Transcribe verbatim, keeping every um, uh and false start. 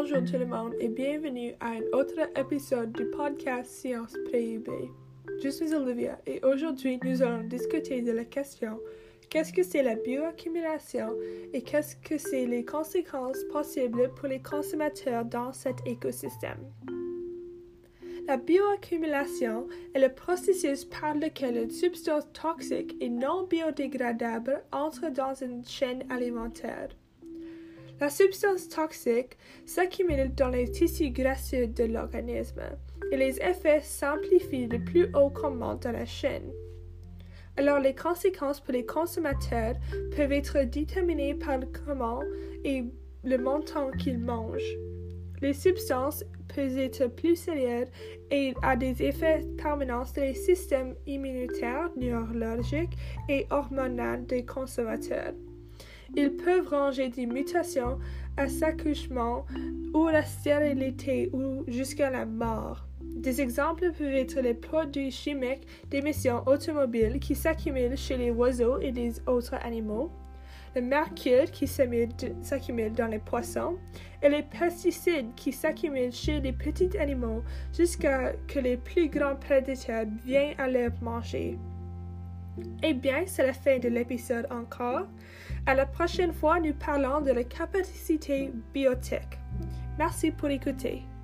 Bonjour tout le monde et bienvenue à un autre épisode du podcast Sciences Prohibées. Je suis Olivia et aujourd'hui nous allons discuter de la question qu'est-ce que c'est la bioaccumulation et qu'est-ce que c'est les conséquences possibles pour les consommateurs dans cet écosystème. La bioaccumulation est le processus par lequel une substance toxique et non biodégradable entre dans une chaîne alimentaire. La substance toxique s'accumule dans les tissus graisseux de l'organisme et les effets s'amplifient le plus haut comment dans la chaîne. Alors les conséquences pour les consommateurs peuvent être déterminées par le comment et le montant qu'ils mangent. Les substances peuvent être plus sérieuses et ont des effets permanents sur les systèmes immunitaires, neurologiques et hormonaux des consommateurs. Ils peuvent ranger des mutations à l'accouchement ou à la stérilité ou jusqu'à la mort. Des exemples peuvent être les produits chimiques d'émissions automobiles qui s'accumulent chez les oiseaux et les autres animaux, le mercure qui s'accumule dans les poissons et les pesticides qui s'accumulent chez les petits animaux jusqu'à ce que les plus grands prédateurs viennent à les manger. Eh bien, c'est la fin de l'épisode encore. À la prochaine fois, nous parlons de la capacité biotique. Merci pour écouter.